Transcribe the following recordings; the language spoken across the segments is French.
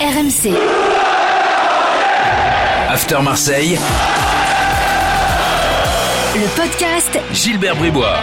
RMC. After Marseille. Le podcast Gilbert Bribois.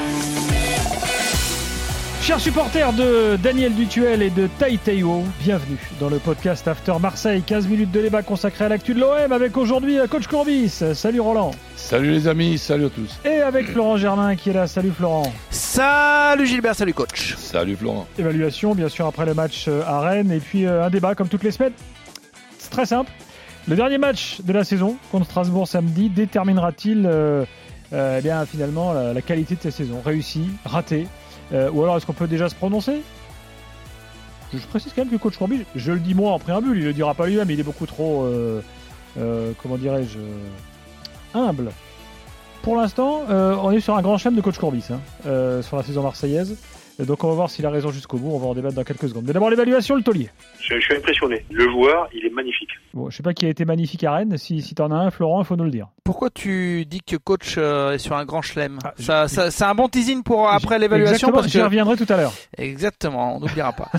Chers supporters de Daniel Dutuel et de Tai Taiwo, bienvenue dans le podcast After Marseille. 15 minutes de débat consacré à l'actu de l'OM avec aujourd'hui coach Courbis. Salut Roland. Salut les amis, salut à tous. Et avec Florent Germain qui est là. Salut Florent. Salut Gilbert, salut coach. Salut Florent. Évaluation bien sûr après le match à Rennes et puis un débat comme toutes les semaines. C'est très simple. Le dernier match de la saison contre Strasbourg samedi déterminera-t-il bien finalement la qualité de cette saison? Réussi, raté? Ou alors est-ce qu'on peut déjà se prononcer? Je précise quand même que coach Courbis, je le dis moi en préambule, il le dira pas lui-même, il est beaucoup trop comment dirais-je humble. Pour l'instant, on est sur un grand chelem de coach Courbis sur la saison marseillaise. Donc on va voir s'il a raison jusqu'au bout, on va en débattre dans quelques secondes. Mais d'abord l'évaluation, le taulier. Je suis impressionné. Le joueur, il est magnifique. Bon, je sais pas qui a été magnifique à Rennes, si t'en as un, Florent, il faut nous le dire. Pourquoi tu dis que coach est sur un grand chelem? C'est un bon teasing pour après l'évaluation. Exactement, j'y reviendrai tout à l'heure. Exactement, on n'oubliera pas.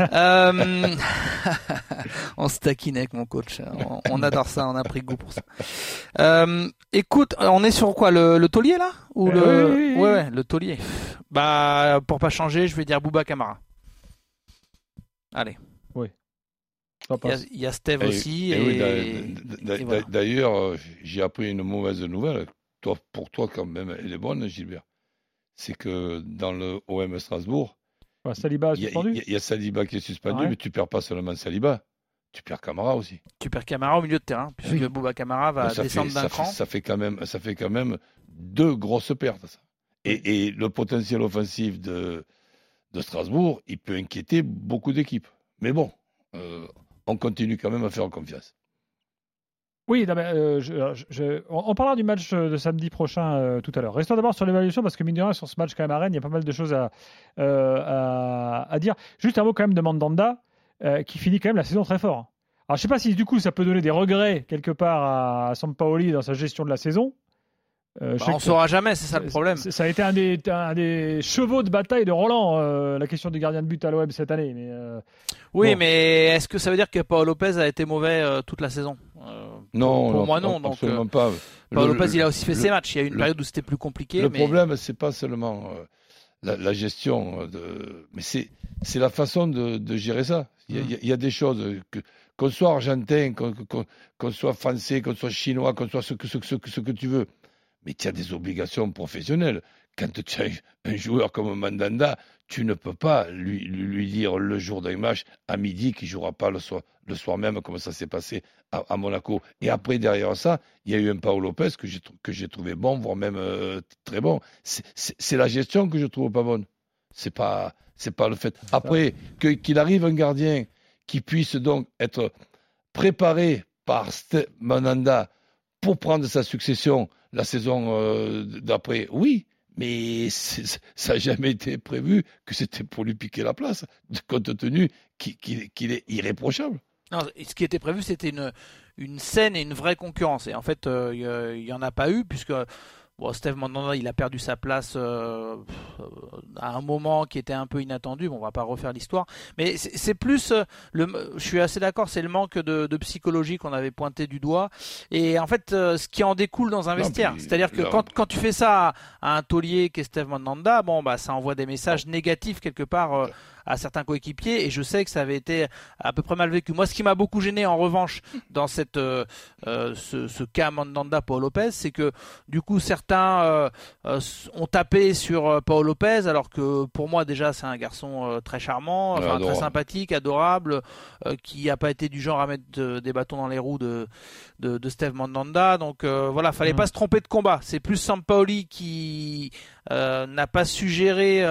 On se taquine avec mon coach. On adore ça, on a pris goût pour ça. Écoute, on est sur quoi, le taulier là ou oui. Ouais, le taulier. Bah, pour pas changer, je vais dire Bouba Camara. Allez. Oui. Il y a Steve aussi. D'ailleurs, j'ai appris une mauvaise nouvelle. Pour toi, quand même, elle est bonne, Gilbert. C'est que dans le OM Strasbourg, Saliba suspendu. Il y a Saliba qui est suspendu, mais tu perds pas seulement Saliba. Tu perds Camara aussi. Tu perds Camara au milieu de terrain, puisque Bouba Camara va descendre d'un cran. Ça fait quand même deux grosses pertes. Ça. Et le potentiel offensif de Strasbourg, il peut inquiéter beaucoup d'équipes. Mais bon, on continue quand même à faire confiance. Oui, on parlera du match de samedi prochain tout à l'heure. Restons d'abord sur l'évaluation parce que mine de rien, sur ce match quand même à Rennes, il y a pas mal de choses à dire. Juste un mot quand même de Mandanda qui finit quand même la saison très fort. Alors je ne sais pas si du coup ça peut donner des regrets quelque part à Sampaoli dans sa gestion de la saison. On ne saura jamais, c'est ça le problème. Ça a été un des chevaux de bataille de Roland, la question du gardien de but à l'OM cette année. Oui, mais est-ce que ça veut dire que Paul Lopez a été mauvais toute la saison? Non, pour moi non. Absolument pas. Paul Lopez, il a aussi fait ses matchs. Il y a eu une période où c'était plus compliqué. Le problème, c'est pas seulement la gestion, mais c'est la façon de gérer ça. Il y a des choses qu'on soit argentin, qu'on soit français, qu'on soit chinois, qu'on soit ce que tu veux. Mais tu as des obligations professionnelles. Quand tu as un joueur comme Mandanda, tu ne peux pas lui dire le jour d'un match à midi qu'il ne jouera pas le soir même, comme ça s'est passé à Monaco. Et après, derrière ça, il y a eu un Paul Lopez que j'ai trouvé bon, voire même très bon. C'est la gestion que je trouve pas bonne. C'est pas le fait. Après, qu'il arrive un gardien qui puisse donc être préparé par Mandanda pour prendre sa succession la saison d'après, oui, mais ça n'a jamais été prévu que c'était pour lui piquer la place, compte tenu qu'il est irréprochable. Non, ce qui était prévu, c'était une saine et une vraie concurrence. Et en fait, il n'y en a pas eu, puisque Steve Mandanda, il a perdu sa place à un moment qui était un peu inattendu. Bon, on va pas refaire l'histoire, mais c'est plus je suis assez d'accord, c'est le manque de psychologie qu'on avait pointé du doigt. Et en fait, ce qui en découle dans un vestiaire, c'est-à-dire que quand tu fais ça à un taulier qui est Steve Mandanda, ça envoie des messages négatifs quelque part à certains coéquipiers, et je sais que ça avait été à peu près mal vécu. Moi, ce qui m'a beaucoup gêné en revanche dans ce cas Mandanda Paul Lopez, c'est que du coup certains ont tapé sur Paul Lopez, alors que pour moi déjà c'est un garçon très charmant, très sympathique, adorable, qui n'a pas été du genre à mettre des bâtons dans les roues de Steve Mandanda. Donc voilà, fallait pas se tromper de combat. C'est plus Sampaoli qui n'a pas su gérer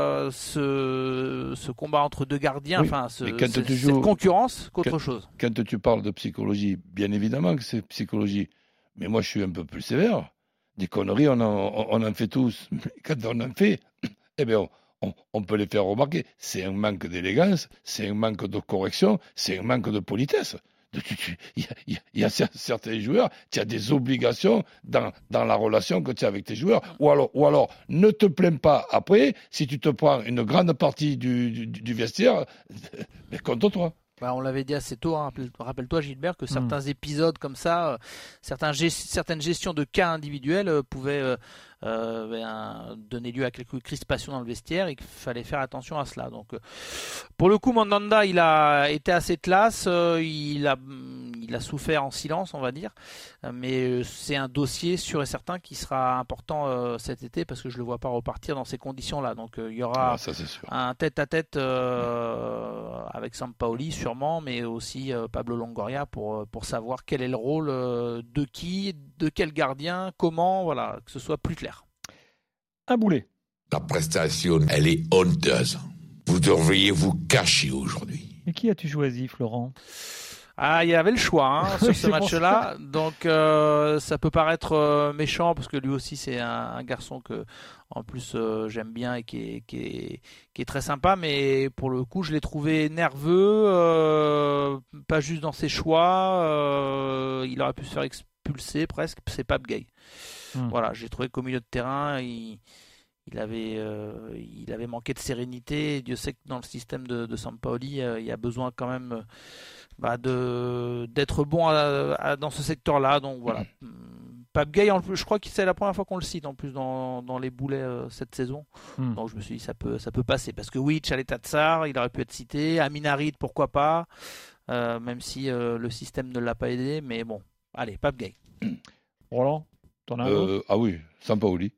ce combat entre deux gardiens, cette concurrence qu'autre chose. Quand tu parles de psychologie, bien évidemment que c'est psychologie, mais moi je suis un peu plus sévère. Des conneries, on en fait tous. Mais quand on en fait, on peut les faire remarquer. C'est un manque d'élégance, c'est un manque de correction, c'est un manque de politesse. Il y a certains joueurs, tu as des obligations dans la relation que tu as avec tes joueurs. Ou alors, ne te plains pas après si tu te prends une grande partie du vestiaire, mais contre toi. Bah, on l'avait dit assez tôt, hein. Rappelle-toi Gilbert que certains épisodes comme ça, certaines gestions de cas individuels pouvaient donner lieu à quelques crispations dans le vestiaire et qu'il fallait faire attention à cela. Donc, pour le coup, Mandanda, il a été assez classe, il a souffert en silence, on va dire, mais c'est un dossier sûr et certain qui sera important cet été parce que je le vois pas repartir dans ces conditions-là. Donc, il y aura un tête-à-tête avec Sampaoli sûrement, mais aussi Pablo Longoria pour savoir quel est le rôle de qui, de quel gardien, comment, voilà, que ce soit plus clair. Un boulet. La prestation, elle est honteuse. Vous devriez vous cacher aujourd'hui. Et qui as-tu choisi, Florent ? Ah, il y avait le choix sur ce match-là, donc ça peut paraître méchant parce que lui aussi c'est un garçon que, en plus, j'aime bien et qui est très sympa, mais pour le coup je l'ai trouvé nerveux, pas juste dans ses choix, il aurait pu se faire expulser presque, c'est Pape Gueye. Voilà, j'ai trouvé qu'au milieu de terrain il avait manqué de sérénité. Et Dieu sait que dans le système de Sampaoli, il y a besoin quand même d'être bon dans ce secteur-là. Donc voilà. Pape Gueye, en plus, je crois que c'est la première fois qu'on le cite en plus dans les boulets cette saison. Donc je me suis dit ça peut passer. Parce que oui, Tchaleta Tsar, il aurait pu être cité. Amin Harit, pourquoi pas. Même si le système ne l'a pas aidé. Mais bon, allez, Pape Gueye. Roland, t'en as un autre ? Ah oui, Sampaoli.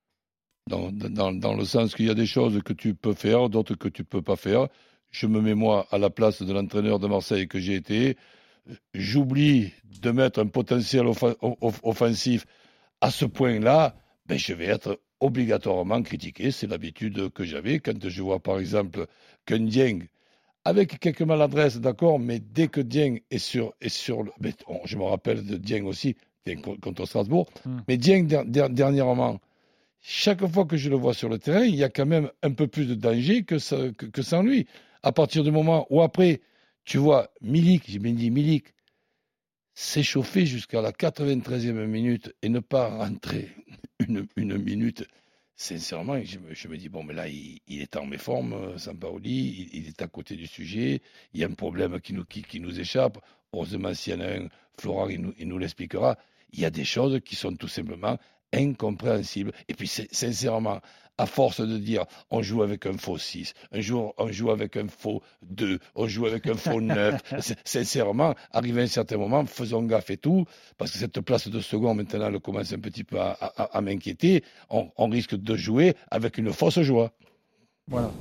Dans le sens qu'il y a des choses que tu peux faire, d'autres que tu peux pas faire. Je me mets moi à la place de l'entraîneur de Marseille que j'ai été. J'oublie de mettre un potentiel offensif à ce point-là. Ben, je vais être obligatoirement critiqué. C'est l'habitude que j'avais quand je vois par exemple qu'un Dieng, avec quelques maladresses, d'accord, mais dès que Dieng est sur le, je me rappelle de Dieng aussi, Dieng contre Strasbourg, mais Dieng dernièrement. Chaque fois que je le vois sur le terrain, il y a quand même un peu plus de danger que sans lui. À partir du moment où après, tu vois Milik s'échauffer jusqu'à la 93e minute et ne pas rentrer une minute, sincèrement, je me dis, bon, mais là, il est en méforme, Sampaoli, il est à côté du sujet, il y a un problème qui nous échappe. Heureusement, s'il y en a un, Florent, il nous l'expliquera. Il y a des choses qui sont tout simplement incompréhensible. Et puis, sincèrement, à force de dire on joue avec un faux 6, un jour on joue avec un faux 2, on joue avec un faux 9, sincèrement, arrivé à un certain moment, faisons gaffe et tout, parce que cette place de second, maintenant, elle commence un petit peu à m'inquiéter. On risque de jouer avec une fausse joie. Voilà.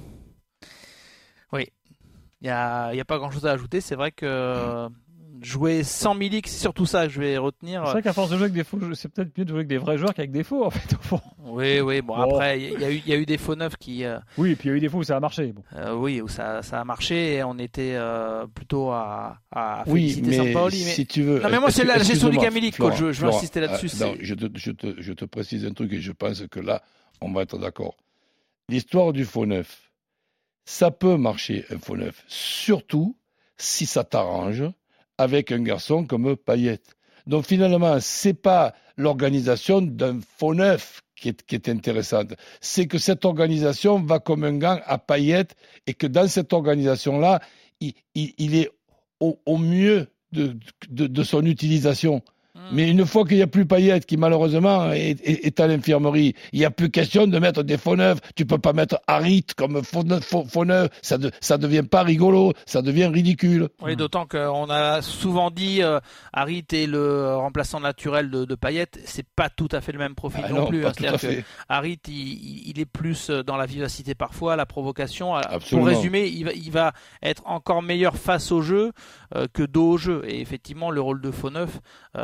Oui. Il n'y a pas grand-chose à ajouter. C'est vrai que jouer sans Milik, c'est surtout ça que je vais retenir. C'est vrai qu'à force de jouer avec des faux, c'est peut-être mieux de jouer avec des vrais joueurs qu'avec des faux, en fait, au fond. Oui, bon, après, il y a eu des faux neufs qui... Oui, et puis il y a eu des fois où ça a marché. Bon. Oui, où ça a marché et on était plutôt à féliciter Sampaoli. Mais si tu veux... Non, mais moi, c'est la gestion du cas Milik, coach. Je veux insister là-dessus. Non, je te précise un truc et je pense que là, on va être d'accord. L'histoire du faux neuf, ça peut marcher, un faux neuf, surtout si ça t'arrange avec un garçon comme Payet. Donc finalement, c'est pas l'organisation d'un faux neuf qui est intéressante. C'est que cette organisation va comme un gant à Payet et que dans cette organisation-là, il est au mieux de son utilisation. Mais une fois qu'il n'y a plus Payet, qui malheureusement est à l'infirmerie, il n'y a plus question de mettre des faux neufs. Tu ne peux pas mettre Harit comme faux neuf. Ça devient pas rigolo, ça devient ridicule. Oui, d'autant qu'on a souvent dit Harit est le remplaçant naturel de Payet. C'est pas tout à fait le même profil non plus. C'est-à-dire que Harit, il est plus dans la vivacité parfois, la provocation. Absolument. Pour résumer, il va être encore meilleur face au jeu que dos au jeu. Et effectivement, le rôle de faux neuf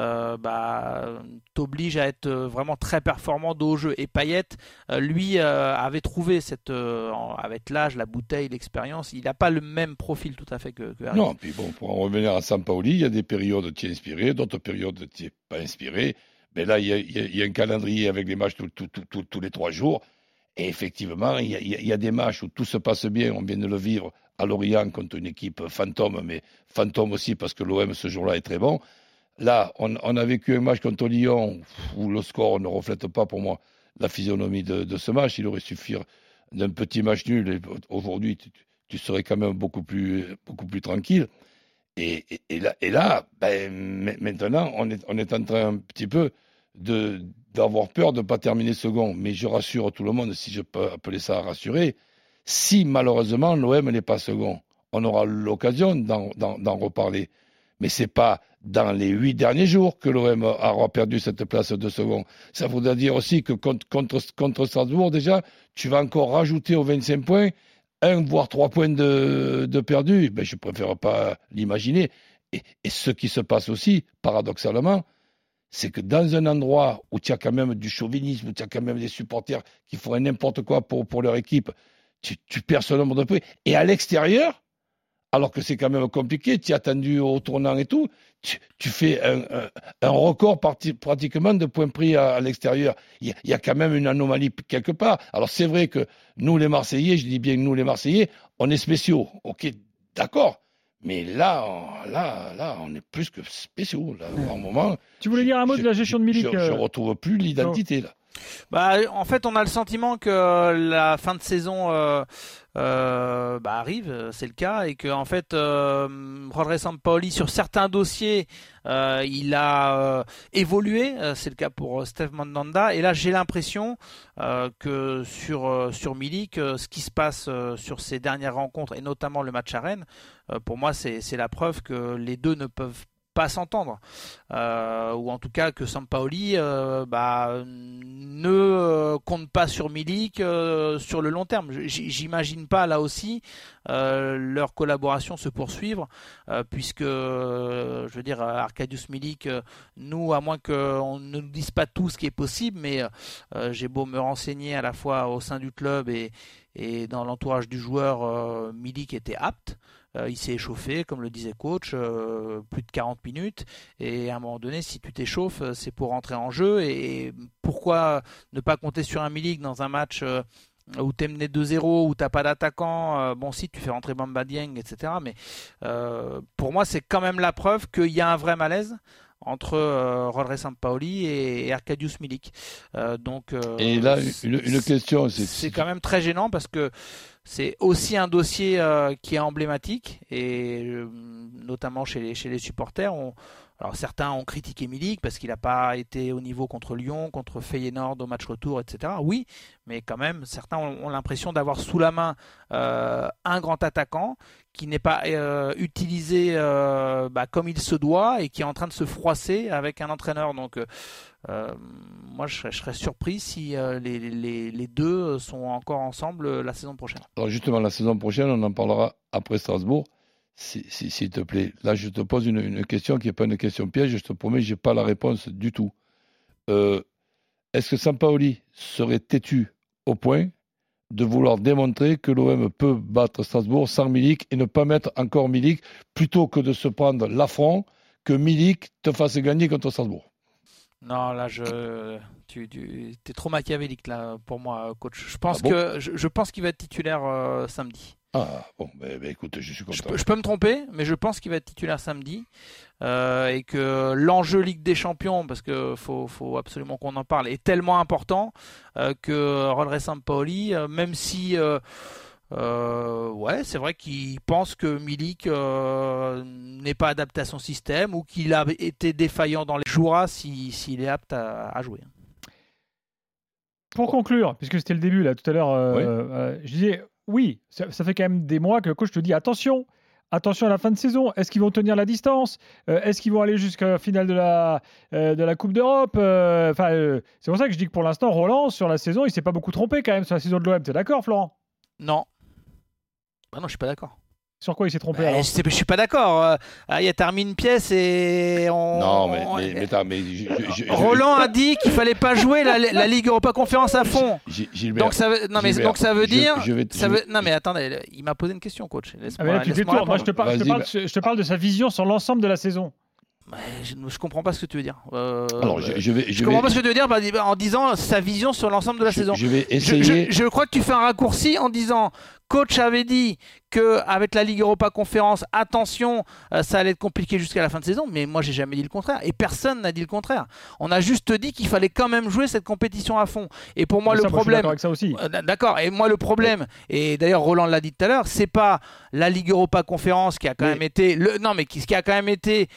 t'oblige à être vraiment très performant dos au jeu. Et Payet, lui, avait trouvé avec l'âge, la bouteille, l'expérience, il n'a pas le même profil tout à fait que Harit. Non, puis bon, pour en revenir à Sampaoli, il y a des périodes tu es inspiré, d'autres périodes tu n'es pas inspiré. Mais là, il y a un calendrier avec les matchs tous les 3 jours. Et effectivement, il y a des matchs où tout se passe bien. On vient de le vivre à Lorient contre une équipe fantôme, mais fantôme aussi parce que l'OM ce jour-là est très bon. Là, on a vécu un match contre Lyon où le score ne reflète pas pour moi la physionomie de ce match. Il aurait suffi d'un petit match nul. Et aujourd'hui, tu serais quand même beaucoup plus tranquille. Et là, maintenant, on est en train un petit peu d'avoir peur de ne pas terminer second. Mais je rassure tout le monde, si je peux appeler ça rassurer, si malheureusement l'OM n'est pas second, on aura l'occasion d'en reparler. Mais ce n'est pas dans les 8 derniers jours que l'OM aura perdu cette place de second. Ça voudrait dire aussi que contre Strasbourg, déjà, tu vas encore rajouter aux 25 points 1 voire 3 points de perdu. Je ne préfère pas l'imaginer. Et ce qui se passe aussi, paradoxalement, c'est que dans un endroit où tu as quand même du chauvinisme, où tu as quand même des supporters qui feraient n'importe quoi pour leur équipe, tu perds ce nombre de points. Et à l'extérieur, alors que c'est quand même compliqué, tu es attendu au tournant et tout, tu fais un record pratiquement de points pris à l'extérieur. Il y a quand même une anomalie quelque part. Alors c'est vrai que nous les Marseillais, je dis bien nous les Marseillais, on est spéciaux. Ok, d'accord. Mais là, on est plus que spéciaux. Là, à un moment, tu voulais dire un mot de la gestion de Milik? Je ne retrouve plus l'identité là. En fait, on a le sentiment que la fin de saison arrive, c'est le cas, et que en fait, Rodri Sampaoli sur certains dossiers, il a évolué. C'est le cas pour Steve Mandanda. Et là, j'ai l'impression que sur Milik, ce qui se passe sur ces dernières rencontres, et notamment le match à Rennes, pour moi, c'est la preuve que les deux ne peuvent pas s'entendre, ou en tout cas que Sampaoli ne compte pas sur Milik sur le long terme. J'imagine pas là aussi leur collaboration se poursuivre, puisque je veux dire, Arkadiusz Milik, nous, à moins qu'on ne nous dise pas tout ce qui est possible, mais j'ai beau me renseigner à la fois au sein du club et dans l'entourage du joueur, Milik était apte. Il s'est échauffé, comme le disait coach, plus de 40 minutes. Et à un moment donné, si tu t'échauffes, c'est pour rentrer en jeu. Et pourquoi ne pas compter sur un Milik dans un match où tu es mené 2-0, où tu n'as pas d'attaquant? Si tu fais rentrer Bamba Dieng, etc. Mais pour moi, c'est quand même la preuve qu'il y a un vrai malaise entre Rodri Sampaoli et Arkadiusz Milik. Et là, une question. C'est quand même très gênant parce que c'est aussi un dossier qui est emblématique, et notamment chez les supporters. Alors certains ont critiqué Milik parce qu'il n'a pas été au niveau contre Lyon, contre Feyenoord au match retour, etc. Oui, mais quand même, certains ont l'impression d'avoir sous la main un grand attaquant qui n'est pas utilisé comme il se doit, et qui est en train de se froisser avec un entraîneur. Donc moi, je serais surpris si les deux sont encore ensemble la saison prochaine. Alors justement, la saison prochaine, on en parlera après Strasbourg. S'il te plaît. Là, je te pose une question qui n'est pas une question piège. Je te promets, je n'ai pas la réponse du tout. Est-ce que Sampaoli serait têtu au point de vouloir démontrer que l'OM peut battre Strasbourg sans Milik et ne pas mettre encore Milik, plutôt que de se prendre l'affront que Milik te fasse gagner contre Strasbourg? Non, là, tu es trop machiavélique là, pour moi, coach. Je pense qu'il va être titulaire samedi. Ah, bon, écoute, je suis content. Je peux me tromper, mais je pense qu'il va être titulaire samedi, et que l'enjeu Ligue des Champions, parce qu'il faut absolument qu'on en parle, est tellement important que Rodri Sampaoli, même si c'est vrai qu'il pense que Milik n'est pas adapté à son système, ou qu'il a été défaillant dans les jouera s'il est apte à jouer. Pour conclure, puisque c'était le début là tout à l'heure, je disais oui, ça fait quand même des mois que le coach te dit attention à la fin de saison. Est-ce qu'ils vont tenir la distance? Est-ce qu'ils vont aller jusqu'à la finale de la Coupe d'Europe? C'est pour ça que je dis que pour l'instant, Roland, sur la saison, il s'est pas beaucoup trompé quand même sur la saison de l'OM. T'es d'accord, Florent? Non. Non, je suis pas d'accord. Sur quoi il s'est trompé alors? Je suis pas d'accord. Il a terminé une pièce et Non, Roland a dit qu'il fallait pas jouer la Ligue Europa Conférence à fond. Gilbert, donc ça veut dire. Non, mais attendez, il m'a posé une question, coach. Moi, je te parle de sa vision sur l'ensemble de la saison. Je comprends pas ce que tu veux dire. Alors, je comprends pas ce que tu veux dire en disant sa vision sur l'ensemble de la saison. Je vais essayer. Je crois que tu fais un raccourci en disant Coach avait dit qu'avec la Ligue Europa Conférence, attention, ça allait être compliqué jusqu'à la fin de saison, mais moi j'ai jamais dit le contraire et personne n'a dit le contraire. On a juste dit qu'il fallait quand même jouer cette compétition à fond. Et pour moi, le problème. Moi, je suis d'accord avec ça aussi. D'accord, et moi le problème, et d'ailleurs Roland l'a dit tout à l'heure, c'est pas la Ligue Europa Conférence qui a quand même été. Qui a quand même été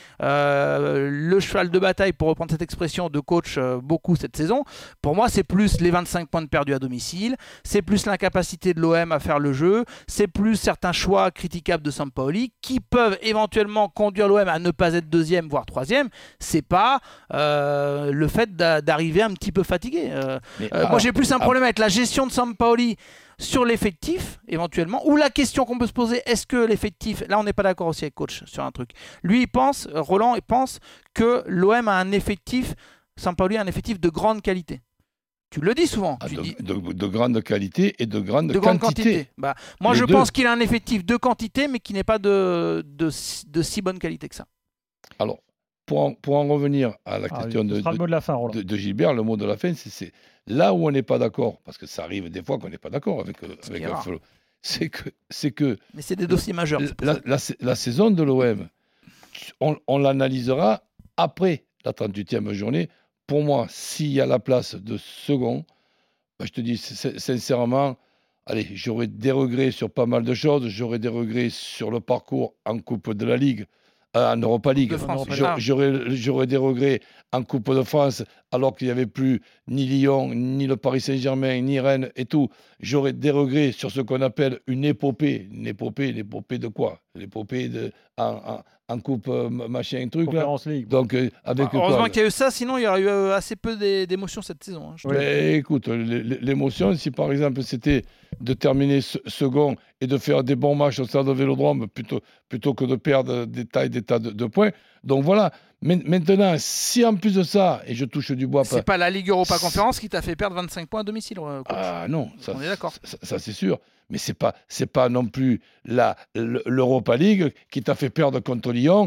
le cheval de bataille, pour reprendre cette expression, de coach beaucoup cette saison. Pour moi, c'est plus les 25 points de perdus à domicile, c'est plus l'incapacité de l'OM à faire le jeu, c'est plus certains choix critiquables de Sampaoli qui peuvent éventuellement conduire l'OM à ne pas être deuxième voire troisième. C'est pas le fait d'arriver un petit peu fatigué. Moi j'ai plus un problème avec la gestion de Sampaoli sur l'effectif éventuellement, ou la question qu'on peut se poser, est-ce que l'effectif, là on n'est pas d'accord aussi avec coach sur un truc, lui Roland pense que l'OM a un effectif, Sampaoli a un effectif de grande qualité. Tu le dis souvent. De grande qualité et de grande quantité. Moi, je pense qu'il a un effectif de quantité, mais qui n'est pas de si bonne qualité que ça. Alors, pour en revenir à la question le mot de la fin, Roland. de Gilbert, le mot de la fin, c'est là où on n'est pas d'accord, parce que ça arrive des fois qu'on n'est pas d'accord avec un follow. C'est que. Mais c'est des dossiers majeurs. La saison de l'OM, on l'analysera après la 38e journée. Pour moi, s'il y a la place de second, je te dis sincèrement, j'aurais des regrets sur pas mal de choses. J'aurais des regrets sur le parcours en Coupe de la Ligue, en Europa League. J'aurais des regrets en Coupe de France, alors qu'il n'y avait plus ni Lyon, ni le Paris Saint-Germain, ni Rennes et tout. J'aurais des regrets sur ce qu'on appelle une épopée. Une épopée de quoi? L'épopée en coupe, machin, truc Conférence là. League. Donc, heureusement qu'il y a eu ça, sinon il y aurait eu assez peu d'émotions cette saison. Écoute, l'émotion, si par exemple c'était de terminer second et de faire des bons matchs au stade de Vélodrome plutôt que de perdre des tas de points. Donc voilà. Maintenant, si en plus de ça, et je touche du bois... C'est pas la Ligue Europa Conférence qui t'a fait perdre 25 points à domicile, coach. Ah non, on est d'accord. Ça c'est sûr. Mais c'est pas non plus l'Europa League qui t'a fait perdre contre Lyon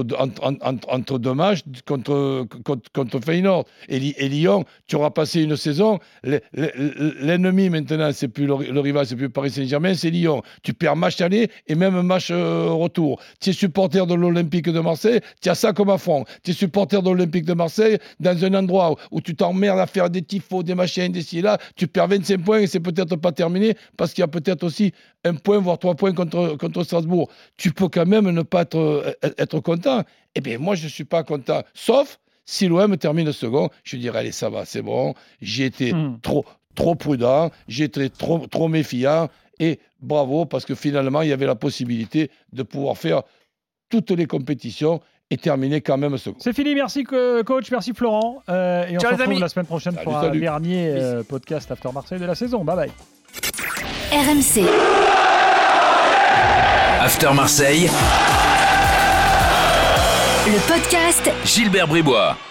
entre deux matchs contre Feyenoord. Et Lyon, tu auras passé une saison. L'ennemi maintenant, c'est plus le rival, c'est plus Paris Saint-Germain, c'est Lyon. Tu perds match aller et même match retour. Tu es supporter de l'Olympique de Marseille, tu as ça comme affront. Tu es supporter de l'Olympique de Marseille dans un endroit où tu t'emmerdes à faire des tifos, des machins, des ci et là. Tu perds 25 points et c'est peut-être pas terminé parce qu'il y a peut-être aussi 1 point, voire 3 points contre Strasbourg. Tu peux quand même ne pas être content. Eh bien, moi, je ne suis pas content. Sauf si l'OM termine second, je dirais, allez, ça va, c'est bon. J'ai été trop prudent, j'ai été trop méfiant. Et bravo, parce que finalement, il y avait la possibilité de pouvoir faire toutes les compétitions et terminer quand même second. C'est fini, merci coach, merci Florent. Et on se retrouve la semaine prochaine pour un dernier podcast After Marseille de la saison. Bye bye. RMC After Marseille, le podcast Gilbert Bribois.